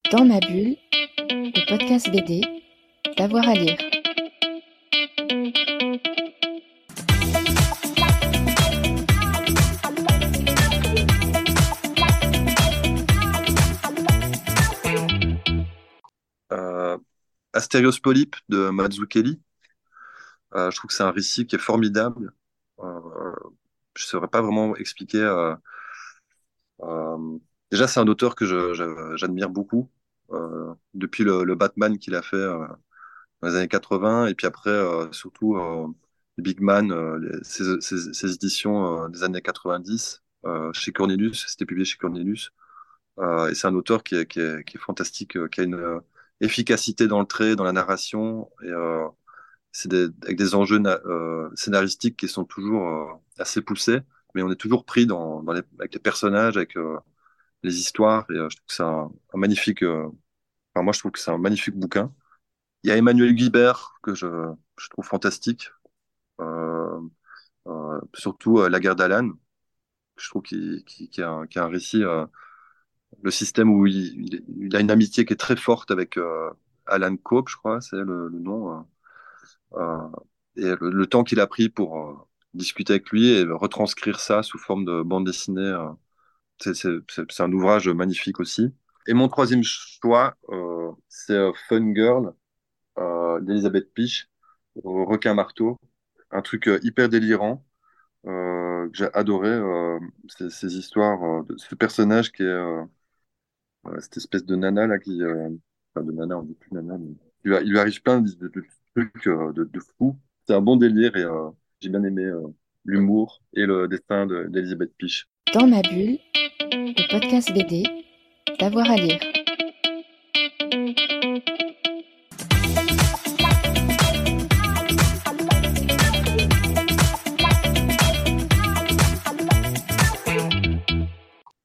Dans ma bulle, le podcast BD, d'avoir à lire. Euh, Astérios Polype de Mazzucchelli. Je trouve que c'est un récit qui est formidable. Euh, je ne saurais pas vraiment expliquer. Euh, Déjà, c'est un auteur que j'admire beaucoup depuis le Batman qu'il a fait dans les années 80 et puis après, surtout les Big Man, ses éditions des années 90 chez Cornelius. C'était publié chez Cornelius. Et c'est un auteur qui est fantastique, qui a une efficacité dans le trait, dans la narration, et avec des enjeux scénaristiques qui sont toujours assez poussés, mais on est toujours pris avec les personnages, avec les histoires, et je trouve que c'est un magnifique, enfin, moi je trouve que c'est un magnifique bouquin. Il y a Emmanuel Guibert, je trouve fantastique, euh, surtout La guerre d'Alan, je trouve qu'il a un récit. Le système où il a une amitié qui est très forte avec Alan Cope, je crois, c'est le nom. Euh, et le temps qu'il a pris pour discuter avec lui et retranscrire ça sous forme de bande dessinée, c'est un ouvrage magnifique aussi. Et mon troisième choix, c'est Fun Girl d'Elisabeth Pich, Requin Marteau. Un truc hyper délirant que j'ai adoré. Ces histoires de ce personnage qui est cette espèce de nana là enfin de nana, on dit plus nana, mais il lui arrive plein de trucs de fou. C'est un bon délire et j'ai bien aimé l'humour et le destin d'Elisabeth Pich. Dans ma bulle, le podcast BD, d'avoir à lire.